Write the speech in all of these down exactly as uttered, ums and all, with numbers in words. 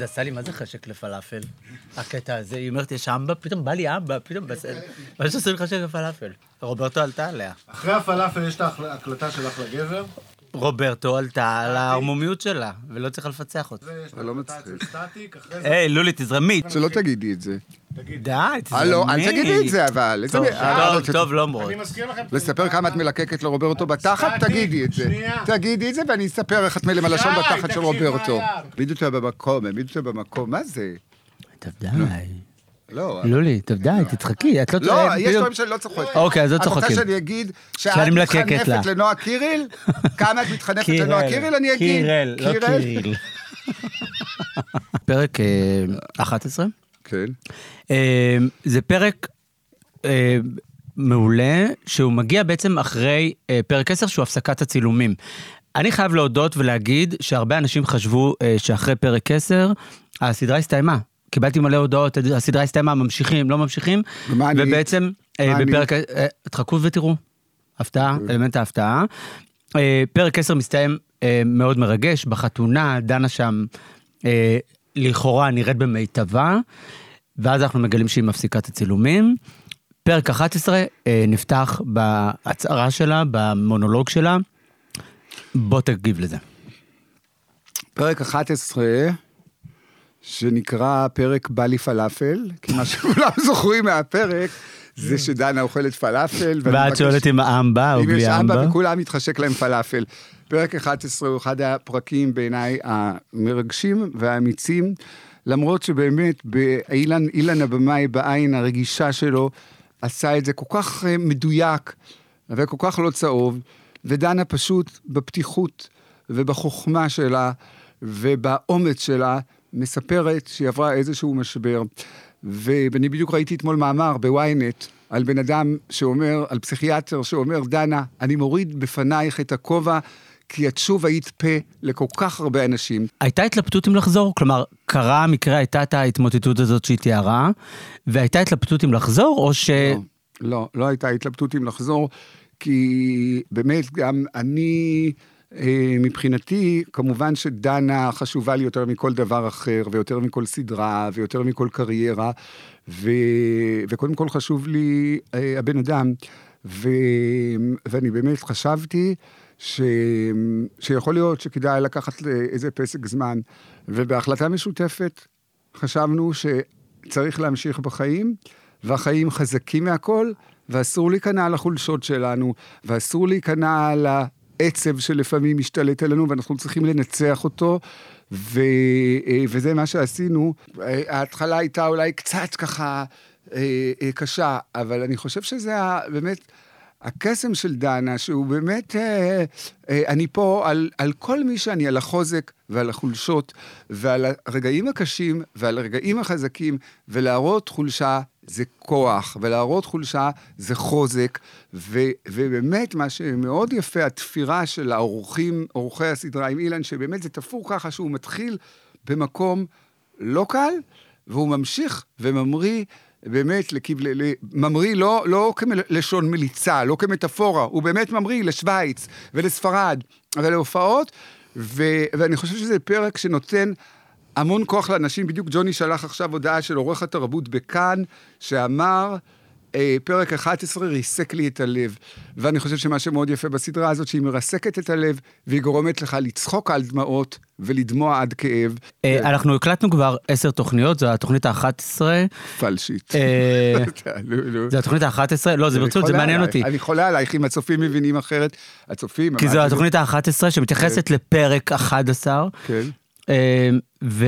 זה עשה לי מה זה חשק לפלאפל. הקטע הזה, היא אומרת, יש אמבה, פתאום בא לי אמבה, פתאום בסדר. מה שעשו לי חשק לפלאפל. רוברטו עלתה עליה. אחרי הפלאפל יש את ההקלטה שלך לגבר. רוברטו עלתה על ההרמומיות שלה, ולא צריך לפצח אותה. זה לא מצחיק. סטטיק, אחרי זה... היי, לולי, תזרמי. שלא תגידי את זה. די, תזרמי. הלו, אל תגידי את זה, אבל. טוב, טוב, טוב, לא מרוד. אני מזכיר לכם... לספר כמה את מלקקת לרוברטו בתחת? תגידי את זה. תגידי את זה, ואני אספר איך את מלם הלשון בתחת של רוברטו. העמיד אותה במקום, העמיד אותה במקום, מה זה? טוב, די. לא, לולי, טוב, די, תצחקי. את לא... לא, יש דברים שאני לא צוחק. אוקיי, אז לא צוחקים. את רוצה שאני אגיד שאת שאני מלקקת לה. מתחנפת לנועה קיריל? כמה את מתחנפת לנועה קיריל, אני אגיד. קירל, לא קיריל. פרק אחת עשרה. כן. זה פרק מעולה, שהוא מגיע בעצם אחרי פרק עשר, שהוא הפסקת הצילומים. אני חייב להודות ולהגיד שהרבה אנשים חשבו שאחרי פרק עשר, הסדרה הסתיימה. קיבלתי מלא הודעות, הסדרה הסתיימה, ממשיכים, לא ממשיכים, ובעצם בפרק, תחכו ותראו, הפתעה, אלמנט ההפתעה. פרק עשר מסתיים מאוד מרגש, בחתונה, דנה שם לכאורה נראית במיטבה, ואז אנחנו מגלים שהיא מפסיקה את הצילומים. פרק אחת עשרה נפתח בהצהרה שלה, במונולוג שלה, בוא תגיב לזה. פרק אחת עשרה, שנקרא פרק בא לי פלאפל, כי מה שכולם זוכרים מהפרק, זה שדנה אוכלת פלאפל. ואת שואלת אם האמבה או בלי האמבה. אם יש אמבה. וכולם מתחשק להם פלאפל. פרק אחת עשרה הוא אחד הפרקים בעיניי המרגשים והאמיצים, למרות שבאמת באילן, אילן הבמאי בעין הרגישה שלו, עשה את זה כל כך מדויק וכל כך לא צהוב, ודנה פשוט בפתיחות ובחוכמה שלה ובאומץ שלה, מספרת שהיא עברה איזשהו משבר, ואני בדיוק ראיתי אתמול מאמר בוויינט, על בן אדם שאומר, על פסיכיאטר שאומר, דנה, אני מוריד בפנייך את הכובע, כי את שוב היית פה לכל כך הרבה אנשים. הייתה התלבטות אם לחזור? כלומר, קרה המקרה, הייתה את ההתמוטטות הזאת שהיא תיארה, והייתה התלבטות אם לחזור, או ש... לא, לא, לא הייתה התלבטות אם לחזור, כי באמת גם אני... מבחינתי, כמובן שדנה חשובה לי יותר מכל דבר אחר, ויותר מכל סדרה, ויותר מכל קריירה, ו... וקודם כל חשוב לי הבן אדם, ו... ואני באמת חשבתי ש... שיכול להיות שכדאי לקחת איזה פסק זמן, ובהחלטה משותפת חשבנו שצריך להמשיך בחיים, והחיים חזקים מהכל, ואסור להיכנע לחולשות שלנו, ואסור להיכנע על ה... עצב שלפעמים משתלט עלינו, ואנחנו צריכים לנצח אותו, ו... וזה מה שעשינו. ההתחלה הייתה אולי קצת ככה קשה, אבל אני חושב שזה באמת הקסם של דנה, שהוא באמת, אני פה על, על כל מי שאני, על החוזק ועל החולשות, ועל הרגעים הקשים ועל הרגעים החזקים, ולהראות חולשה זה כוח, ולהראות חולשה זה חוזק, ו, ובאמת מה שמאוד יפה, התפירה של האורחים, אורחי הסדרה עם אילן, שבאמת זה תפור ככה שהוא מתחיל במקום לא קל, והוא ממשיך וממריא, באמת, ממריא לא, לא כלשון מליצה, לא כמטאפורה, הוא באמת ממריא לשוויץ ולספרד ולהופעות, ו, ואני חושב שזה פרק שנותן המון כוח לאנשים. בדיוק ג'וני שלח עכשיו הודעה של עורך התרבות בכאן, שאמר, אה, פרק אחת עשרה ריסק לי את הלב, ואני חושב שמה שמאוד יפה בסדרה הזאת, שהיא מרסקת את הלב, והיא גורמת לך לצחוק על דמעות, ולדמוע עד כאב. אה, ו... אנחנו הקלטנו כבר עשר תוכניות, זו התוכנית ה-אחת עשרה. פלשית. אה, זו התוכנית ה-אחת עשרה, לא, זה ברצות, זה מעניין עלייך. אותי. אני חולה עלייך, אם הצופים מבינים אחרת, הצופים... כי זו התוכנית ה-אחת עשרה, שמתייחסת כן. לפרק אחד עשר. כן. ו...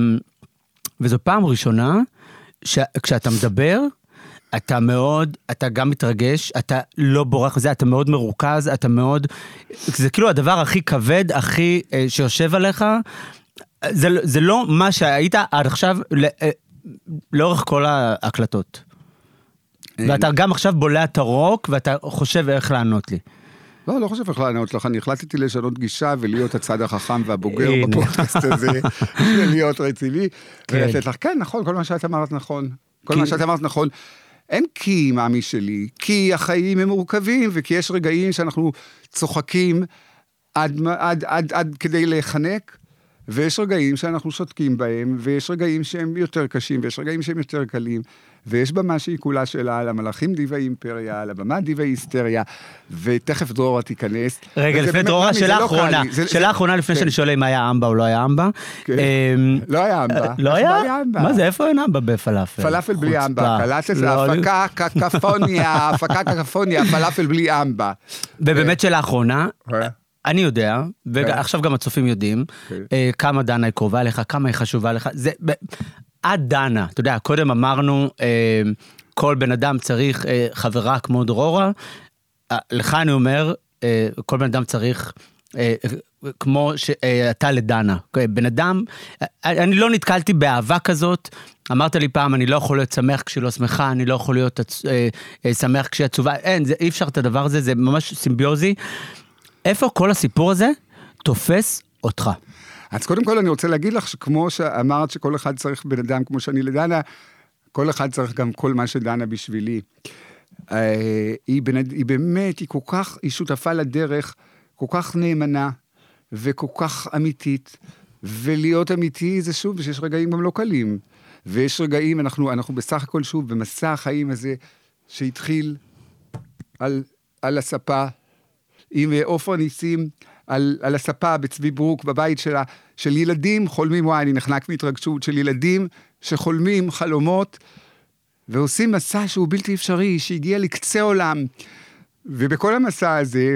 וזו פעם ראשונה שכשאתה מדבר, אתה מאוד, אתה גם מתרגש, אתה לא בורח וזה, אתה מאוד מרוכז, אתה מאוד, זה כאילו הדבר הכי כבד, הכי שיושב עליך, זה, זה לא מה שהיית עד עכשיו לאורך כל ההקלטות. ואתה גם עכשיו בולע את הרוק, ואתה חושב איך לענות לי. לא, לא חושב איך לענות לך, אני החלטתי לשנות גישה ולהיות הצד החכם והבוגר בפודקאסט הזה, ולהיות רציני, ולתת לך, כן, נכון, כל מה שאת אמרת נכון, כל מה שאת אמרת נכון, אין כי מאמי שלי, כי החיים הם מורכבים, וכי יש רגעים שאנחנו צוחקים עד, עד, עד, עד כדי להיחנק, ויש רגעים שאנחנו שותקים בהם, ויש רגעים שהם יותר קשים, ויש רגעים שהם יותר קלים, ויש במה שהיא כולה שלה, על המלאכים דיבה אימפריה, על הבמה דיבה היסטריה, ותכף דרורה תיכנס. רגע, לפני דרורה, שאלה אחרונה, שאלה אחרונה לפני שאני שואל אם היה אמבה או לא היה אמבה. לא היה אמבה. לא היה? מה זה, איפה אין אמבה בפלאפל? פלאפל בלי אמבה, קלטת הפקה קקפוניה, הפקה קקפוניה, פלאפל בלי אמבה. ובאמת שאלה אחרונה, אני יודע, ועכשיו גם הצופים יודעים, כמה דנה היא קרובה לך, כמה היא חשובה לך, זה, עד דנה, אתה יודע, קודם אמרנו, כל בן אדם צריך חברה כמו דרורה, לך אני אומר, כל בן אדם צריך, כמו שאתה לדנה, בן אדם, אני לא נתקלתי באהבה כזאת, אמרת לי פעם, אני לא יכול להיות שמח כשלא שמחה, אני לא יכול להיות שמח כשהיא עצובה, אין, אי אפשר את הדבר הזה, זה ממש סימביוזי, איפה כל הסיפור הזה תופס אותך? אז קודם כל אני רוצה להגיד לך שכמו שאמרת שכל אחד צריך בן אדם כמו שאני לדנה, כל אחד צריך גם כל מה שדנה בשבילי. היא, בנ... היא באמת, היא כל כך, היא שותפה לדרך, כל כך נאמנה וכל כך אמיתית, ולהיות אמיתי זה שוב, שיש רגעים גם לא קלים, ויש רגעים, אנחנו, אנחנו בסך הכל שוב במסע החיים הזה, שהתחיל על, על הספה, עם עופרה ניסים, על, על הספה בצבי ברוק, בבית שלה, של ילדים חולמים, וואי, אני נחנק מהתרגשות, של ילדים שחולמים חלומות, ועושים מסע שהוא בלתי אפשרי, שהגיע לקצה עולם, ובכל המסע הזה,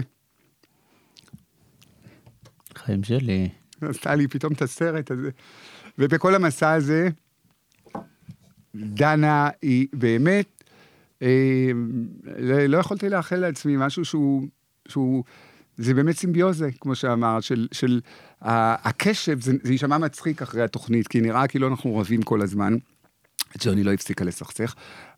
חיים שלי. עשתה לי פתאום את הסרט הזה, ובכל המסע הזה, דנה היא באמת, אה, לא יכולתי לאחל לעצמי משהו שהוא, שהוא, זה באמת סימביוזה, כמו שאמרת, של, של הקשב, זה, זה יישמע מצחיק אחרי התוכנית, כי נראה כאילו אנחנו רבים כל הזמן, ג'וני לא הפסיקה לסכסך,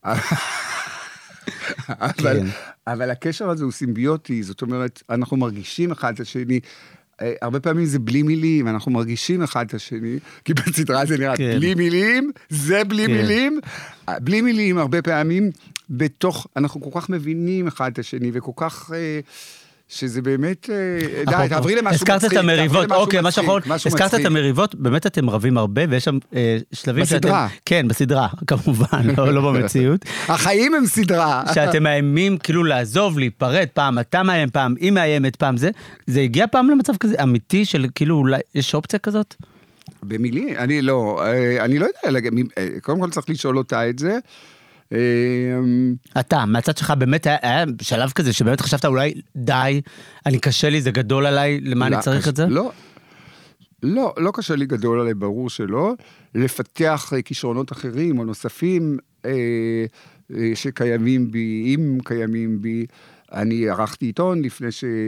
אבל, אבל הקשר הזה הוא סימביוטי, זאת אומרת, אנחנו מרגישים אחד את השני, הרבה פעמים זה בלי מילים, אנחנו מרגישים אחד את השני, כי בסדרה זה נראה, כן. בלי מילים, זה בלי כן. מילים, בלי מילים הרבה פעמים, בתוך, אנחנו כל כך מבינים אחד את השני, וכל כך, שזה באמת, די, תעברי למשהו מצחיק. הזכרת את המריבות, אוקיי, משהו אחרון, הזכרת את המריבות, באמת אתם רבים הרבה, ויש שם שלבים שאתם... בסדרה. כן, בסדרה, כמובן, לא במציאות. החיים הם סדרה. שאתם מאיימים כאילו לעזוב, להיפרד, פעם אתה מאיים, פעם היא מאיימת, פעם זה, זה הגיע פעם למצב כזה אמיתי, של כאילו אולי, יש אופציה כזאת? במילים, אני לא, אני לא יודע, קודם כל צריך לשאול אותה את זה, אתה, מהצד שלך באמת היה שלב כזה שבאמת חשבת אולי די, אני קשה לי, זה גדול עליי, למה אני צריך את זה? לא, לא, לא קשה לי גדול עליי, ברור שלא, לפתח כישרונות אחרים או נוספים שקיימים בי, אם קיימים בי, אני ערכתי עיתון לפני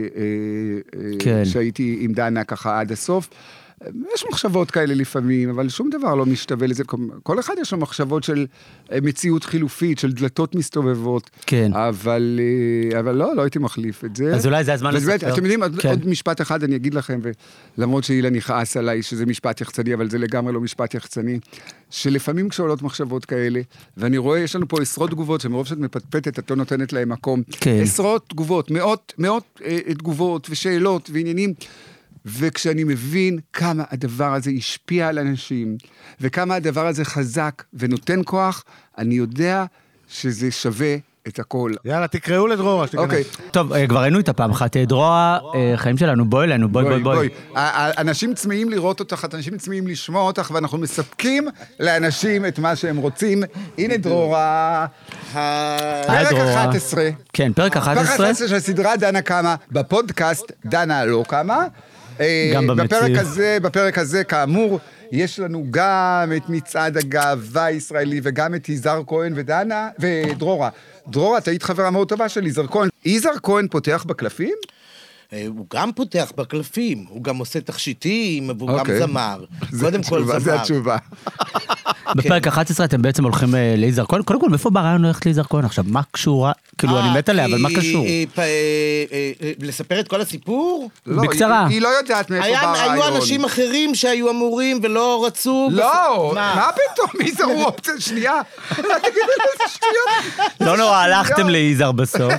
שהייתי עם דנה ככה עד הסוף, יש מחשבות כאלה לפעמים, אבל שום דבר לא משתווה לזה. כל אחד יש לו מחשבות של מציאות חילופית, של דלתות מסתובבות. כן. אבל, אבל לא, לא הייתי מחליף את זה. אז אולי זה הזמן לספר. אתם יודעים, כן. עוד משפט אחד אני אגיד לכם, ולמרות שאילן יכעס עליי שזה משפט יחצני, אבל זה לגמרי לא משפט יחצני, שלפעמים כשעולות מחשבות כאלה, ואני רואה, יש לנו פה עשרות תגובות, שמרוב שאת מפטפטת, את לא נותנת להם מקום. כן. עשרות תגובות, מאות, מאות אה, תגובות ושאלות ועניינים, וכשאני מבין כמה הדבר הזה השפיע על אנשים, וכמה הדבר הזה חזק ונותן כוח, אני יודע שזה שווה את הכל. יאללה, תקראו לדרורה. אוקיי. טוב, כבר ראינו איתה פעם אחת, דרורה, חיים שלנו, בואי אלינו, בואי, בואי, בואי. אנשים צמאים לראות אותך, אנשים צמאים לשמוע אותך, ואנחנו מספקים לאנשים את מה שהם רוצים. הנה דרורה, פרק אחת עשרה. כן, פרק אחת עשרה. פרק אחת עשרה של סדרה דנה קמה, בפודקאסט דנה לא קמה. גם בפרק הזה, בפרק הזה, כאמור, יש לנו גם את מצעד הגאווה הישראלי, וגם את יזהר כהן ודנה, ודרורה. דרורה, אתה היית חברה מאוד טובה של יזהר כהן. יזהר כהן פותח בקלפים? הוא גם פותח בקלפים, הוא גם עושה תכשיטים, והוא גם זמר. קודם כל זמר. זה התשובה. בפרק אחת עשרה אתם בעצם הולכים ליזהר כהן. קודם כל, מאיפה ברעיון הולכת ליזהר כהן עכשיו? מה קשורה? כאילו, אני מת עליה, אבל מה קשור? לספר את כל הסיפור? בקצרה. היא לא יודעת מאיפה ברעיון. היו אנשים אחרים שהיו אמורים ולא רצו... לא, מה פתאום? יזהר הוא אופציה שנייה. תגידו איזה שטויות. לא נורא, הלכתם ליזהר בסוף.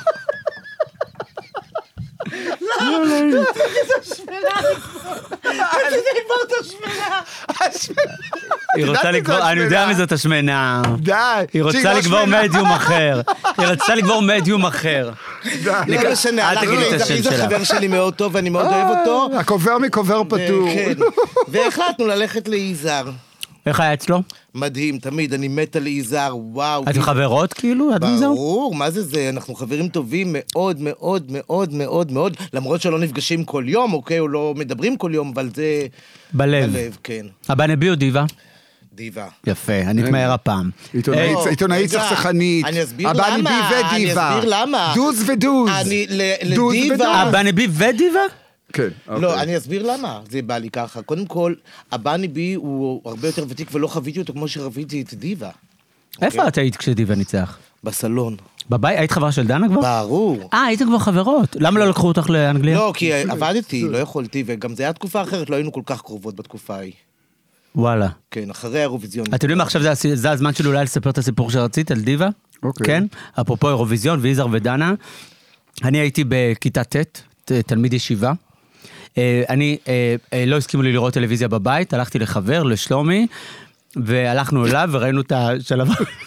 לא, לא, לא, זה שמלה. דיברת השמנה. היא רוצה לגבור, אני יודע מי זאת השמנה. די. היא רוצה לגבור מדיום אחר. היא רצתה לגבור מדיום אחר. די. לא משנה, אל תגידי את השם היא זה שלה. חבר שלי מאוד טוב, ואני מאוד אוהב אותו. הקובר מקובר פטור. כן. והחלטנו ללכת ליזהר. איך היה אצלו? מדהים, תמיד, אני מת על יזהר, וואו. אתם חברות כאילו? ברור, מה זה זה? אנחנו חברים טובים מאוד מאוד מאוד מאוד מאוד, למרות שלא נפגשים כל יום, אוקיי, או לא מדברים כל יום, אבל זה... בלב. בלב, כן. הבנבי או דיבה? דיבה. יפה, אני אתמהר הפעם. עיתונאית סכסכנית. אני אסביר הבנבי למה, אני ודיבה. אסביר למה. דוז ודוז. אני, ל- דוז לדיבה... ודוז. הבנבי ודיבה? כן. לא, אני אסביר למה זה בא לי ככה. קודם כל, הבני בי הוא הרבה יותר ותיק, ולא חוויתי אותו כמו שחוויתי את דיבה. איפה את היית כשדיבה ניצח? בסלון. בבית? היית חברה של דנה כבר? ברור. אה, הייתם כבר חברות. למה לא לקחו אותך לאנגליה? לא, כי עבדתי, לא יכולתי, וגם זה היה תקופה אחרת, לא היינו כל כך קרובות בתקופה ההיא. וואלה. כן, אחרי האירוויזיון. אתם יודעים מה, עכשיו זה- זה הזמן שלי אולי לספר את הסיפור שרצית על דיבה? אוקיי. כן? אפרופו אירוויזיון ויזהר ודנה. אני הייתי בכיתה ט', ת- תלמיד ישיבה. אה, אני, אה, אה, לא הסכימו לי לראות טלוויזיה בבית, הלכתי לחבר, לשלומי, והלכנו אליו וראינו את השלב...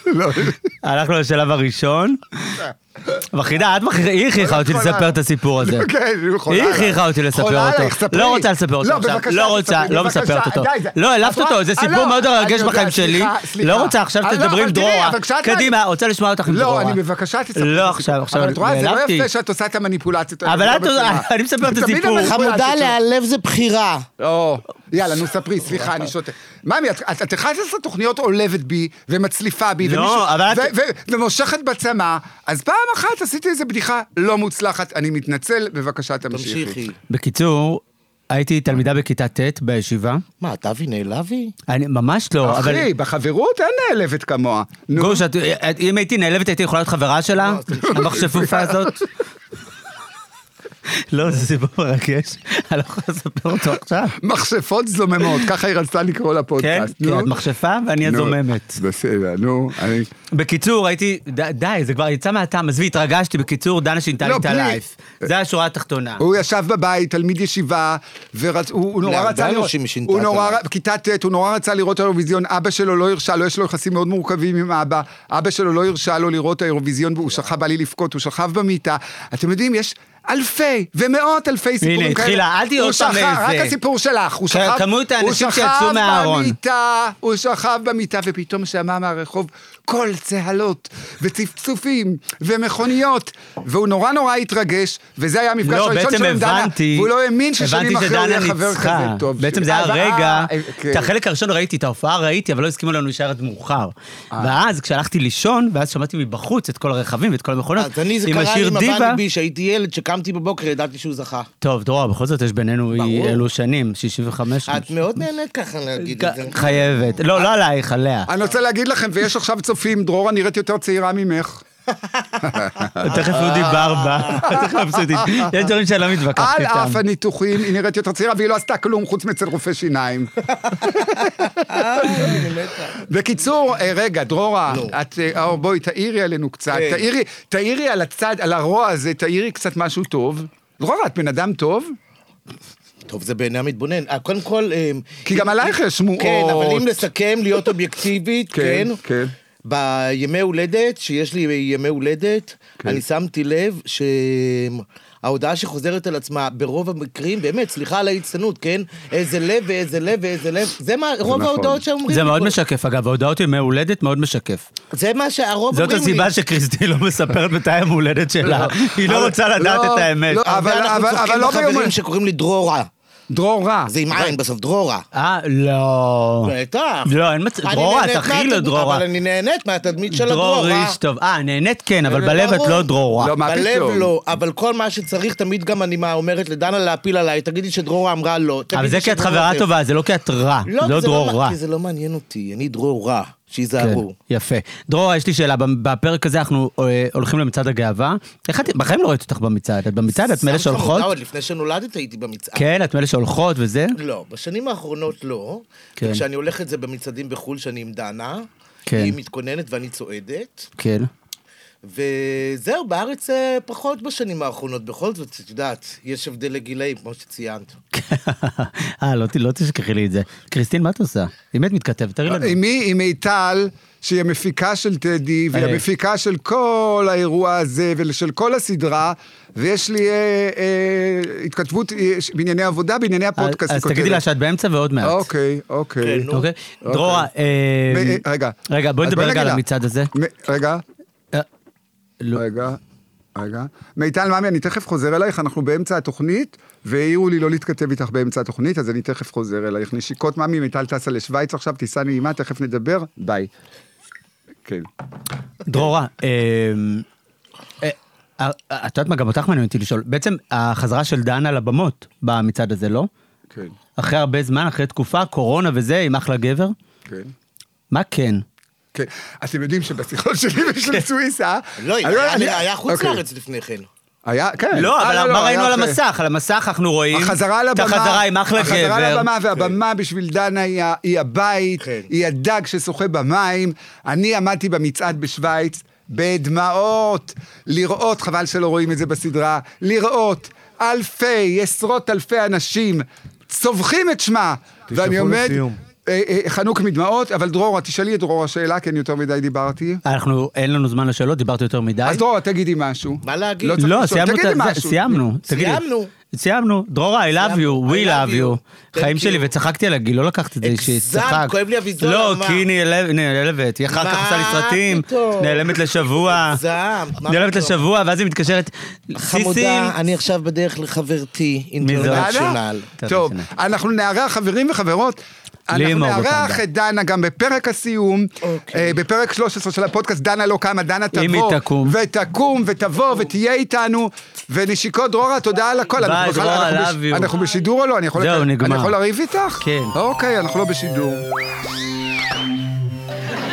הלכנו לשלב הראשון. מחידה, את מכריחה, היא הכריחה אותי לספר את הסיפור הזה. כן, היא יכולה. היא הכריחה אותי לספר יכולה אותו. עלייך, ספרי. לא רוצה לספר אותו לא, עכשיו. בבקשה, לא רוצה, תספרי, לא בבקשה, מספרת אותו. די, זה- לא, העלבת את רואה? אותו, זה אה, סיפור לא, מאוד אני מרגש יודע, בחיים שלי. סליחה, סליחה. לא רוצה, עכשיו אה, לא, תדברי עם אבל תראי, דרורה. אבל כשאת- קדימה, רוצה לשמוע אותך עם דרורה. לא, אני בבקשה תספרי. לא, עכשיו, עכשיו, אבל את רואה, זה לא נעלבתי. יפה שאת עושה את המניפולציות. אבל האלה, את- לא בצורה. אני מספר את תמיד הסיפור. המניפולציות חמודה שלו. להיעלב זה בחירה. או, יאללה, נו ספרי, סליחה, אני שותה. ממי, את- את את אחת עשרה תוכניות עולבת בי, ומצליפה בי, לא, ומישהו- אבל את- ו- ו- ומושכת בצמא, אז פעם אחת עשיתי איזו בדיחה לא מוצלחת, אני מתנצל, בבקשה תמשיכי. תמשיכי. בקיצור, הייתי תלמידה בכיתה ט' בישיבה. מה, אתה אבי נעלבי? אני ממש לא, אבל... אחי, בחברות אין נעלבת כמוה. נו, גוש, את- את- אם הייתי נעלבת הייתי יכולה להיות חברה שלה? המחשפופה הזאת? לא, זה סיפור מרגש. אני לא יכולה לספר אותו עכשיו. מכשפות זוממות, ככה היא רצתה לקרוא כן? לפודקאסט. כי נו. את מכשפה ואני נו, הזוממת. בסדר, נו, אני... בקיצור, הייתי... ד- די, זה כבר יצא מהטעם. עזבי, התרגשתי. בקיצור, דנה שינתה לי לא, את בלי- הלייף. זה השורה התחתונה. הוא ישב בבית, תלמיד ישיבה, והוא נורא להרבה רצה לראות, אנשים היא שינתה הוא את נורא, הלייף. בכיתה ט', הוא נורא רצה לראות האירוויזיון, אבא שלו לא הרשה לו, יש לו יחסים מאוד מורכבים עם אבא, אבא שלו לא הרשה לו לראות האירוויזיון, והוא שכב, בא לי לבכות, הוא שכב במיטה, אתם יודעים, יש... אלפי ומאות אלפי סיפורים כאלה. הנה, התחילה, אל תהיי הוא אותם שכב, איזה. רק הסיפור שלך, הוא שכב, כמות האנשים הוא שיצאו שכב מהארון. במיטה, הוא שכב במיטה, ופתאום שמע מהרחוב קול צהלות, וצפצופים, ומכוניות, והוא נורא נורא התרגש, וזה היה המפגש לא, הראשון בעצם שלו עם דנה, הבנתי, והוא לא האמין ששנים הבנתי אחרי הוא שדנה יהיה חבר ניצחה. כזה טוב. בעצם זה היה אז, רגע, אה, כן. את החלק הראשון ראיתי, את ההופעה ראיתי, אבל לא הסכימו לנו להישאר עד מאוחר. ואז כשהלכתי לישון, ואז שמעתי מבחוץ את כל הרכבים ואת כל המכונות, אז אני, זה עם קרה השיר עם דיבה. הבני בי, שהייתי ילד, שקמתי בבוקר, ידעתי שהוא זכה. טוב, דרור, בכל זאת יש בינינו ברור. אלו שנים, שישים וחמש. את מאוד נהנית ככה להגיד את זה. חייבת. לא, לא עלייך, עליה. אני רוצה להגיד לכם, ויש עכשיו צופים, דרורה נראית יותר צעירה ממך. תכף הוא דיבר בה. תכף מבסוטית. יש דברים שאני לא מתווכחת על אף איתם. הניתוחים, היא נראית יותר צעירה, והיא לא עשתה כלום חוץ מצל רופא שיניים. בקיצור, אה, רגע, דרורה, את, אה, בואי, תאירי עלינו קצת, כן. תאירי, תאירי על הצד, על הרוע הזה, תאירי קצת משהו טוב. דרורה, את בן אדם טוב? טוב, זה בעיני המתבונן. אה, קודם כל... אה, כי גם עלייך יש שמועות. כן, אבל אם נסכם, להיות אובייקטיבית, כן. כן, כן. בימי הולדת, שיש לי ימי הולדת, אני שמתי לב שההודעה שחוזרת על עצמה, ברוב המקרים, באמת, סליחה על ההצטנות, כן? איזה לב ואיזה לב ואיזה לב, זה מה, רוב נכון. ההודעות שאומרים. זה לי מאוד כל- משקף, אגב, ההודעות ימי הולדת מאוד משקף. זה מה שהרוב זאת אומרים לי. הסיבה שקריסטי לא מספרת מתי יום הולדת שלה. היא לא רוצה לדעת לא, את האמת. לא, אבל אבל- אנחנו אבל- צוחקים אבל לא בחברים ביום- שקוראים לי דרורה. דרורה. זה עם עין בסוף, דרורה. אה, לא. בטח. לא, אין מצב. אני דרורה, נהנית תכי לו מהתדמית, דרורה. אבל אני נהנית מהתדמית של דרור הדרורה. איש טוב. אה, נהנית כן, אבל זה בלב את ברור. לא דרורה. לא, מה בלב פתאום? לא, אבל כל מה שצריך, תמיד גם אני מה אומרת לדנה להפיל עליי, תגידי שדרורה אמרה לא. אבל תגידי זה כי את שדרורה חברה זה. טובה, זה לא כי את רע. לא, זה לא זה דרור לא, רע. כי זה לא מעניין אותי, אני דרור רע, כן, שיזהרו. יפה. דרורה, יש לי שאלה, בפרק הזה אנחנו אה, הולכים למצעד הגאווה. איך את, בחיים לא ראיתי אותך במצעד, את במצעד, את מאלה שמת שהולכות? חמודה, עוד לפני שנולדת הייתי במצעד. כן, את מאלה שהולכות וזה? לא, בשנים האחרונות לא. כן. וכשאני הולכת זה במצעדים בחו"ל שאני עם דנה, כן. היא מתכוננת ואני צועדת, כן. וזהו, בארץ אה, פחות בשנים האחרונות, בכל זאת, את יודעת, יש הבדל לגילאים, כמו שציינת. אה, לא, לא תשכחי לי את זה. קריסטין, מה את עושה? היא באמת מתכתבת, תראי לנו. עם מי? עם מיטל, שהיא המפיקה של טדי, והיא המפיקה של כל האירוע הזה, ושל כל הסדרה, ויש לי אה, אה, התכתבות בענייני עבודה, בענייני הפודקאסט. אז תגידי לה שאת באמצע ועוד מעט. אוקיי, אוקיי. אוקיי. דרורה, רגע. רגע, בואי נדבר רגע על המצעד הזה. רגע. רגע. רגע. מיטל ממי, אני תכף חוזר אלייך, אנחנו באמצע התוכנית, והעירו לי לא להתכתב איתך באמצע התוכנית, אז אני תכף חוזר אלייך. נשיקות ממי, מיטל טסה לשוויץ עכשיו, טיסה נעימה, תכף נדבר, ביי. כן. דרורה, את יודעת מה, גם אותך מעניין אותי לשאול, בעצם החזרה של דנה לבמות במצעד הזה, לא? כן. אחרי הרבה זמן, אחרי תקופה, קורונה וזה, עם אחלה גבר? כן. מה כן? כן, אתם יודעים שבשיחות שלי ושל סוויסה... לא, היה חוץ לארץ לפני כן. היה, כן. לא, אבל מה ראינו על המסך? על המסך אנחנו רואים החזרה לבמה, את החזרה עם אחלה גבר. החזרה לבמה, והבמה בשביל דנה היא הבית, היא הדג ששוחה במים. אני עמדתי במצעד בשוויץ, בדמעות, לראות, חבל שלא רואים את זה בסדרה, לראות אלפי, עשרות אלפי אנשים צווחים את שמה, ואני עומד... חנוק מדמעות, אבל דרורה, תשאלי את דרורה שאלה, כי אני יותר מדי דיברתי. אנחנו, אין לנו זמן לשאלות, דיברת יותר מדי. אז דרורה, תגידי משהו. מה להגיד? לא, סיימנו. סיימנו. סיימנו. דרורה, I love you, we love you. חיים שלי, וצחקתי על הגיל, לא לקחת את זה שצחק. כואב לי אביזון. לא, כי היא נעלבת, היא אחר כך עושה לי סרטים, נעלמת לשבוע. נעלמת לשבוע, ואז היא מתקשרת. חמודה, אני עכשיו בדרך לחברתי, אינטרנציונל. טוב, אנחנו נערח חברים וחברות. אנחנו נערך את דנה גם בפרק הסיום, בפרק שלוש עשרה של הפודקאסט, דנה לא קמה, דנה תבוא, ותקום ותבוא ותהיה איתנו, ונשיקות דרורה, תודה על הכל. ביי, דרורה, love you. אנחנו בשידור או לא? זהו, נגמר. אני יכול לריב איתך? כן. אוקיי, אנחנו לא בשידור.